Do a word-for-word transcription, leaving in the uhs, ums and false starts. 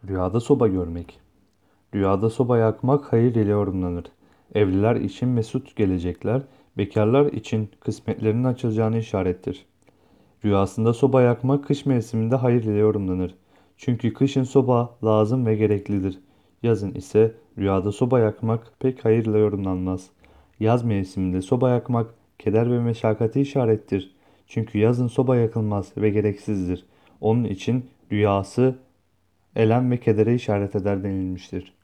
Rüyada soba görmek. Rüyada soba yakmak hayır ile yorumlanır. Evliler için mesut gelecekler, bekarlar için kısmetlerinin açılacağını işarettir. Rüyasında soba yakmak kış mevsiminde hayır ile yorumlanır. Çünkü kışın soba lazım ve gereklidir. Yazın ise rüyada soba yakmak pek hayırla yorumlanmaz. Yaz mevsiminde soba yakmak keder ve meşakkati işarettir. Çünkü yazın soba yakılmaz ve gereksizdir. Onun için rüyası elem ve kedere işaret eder denilmiştir.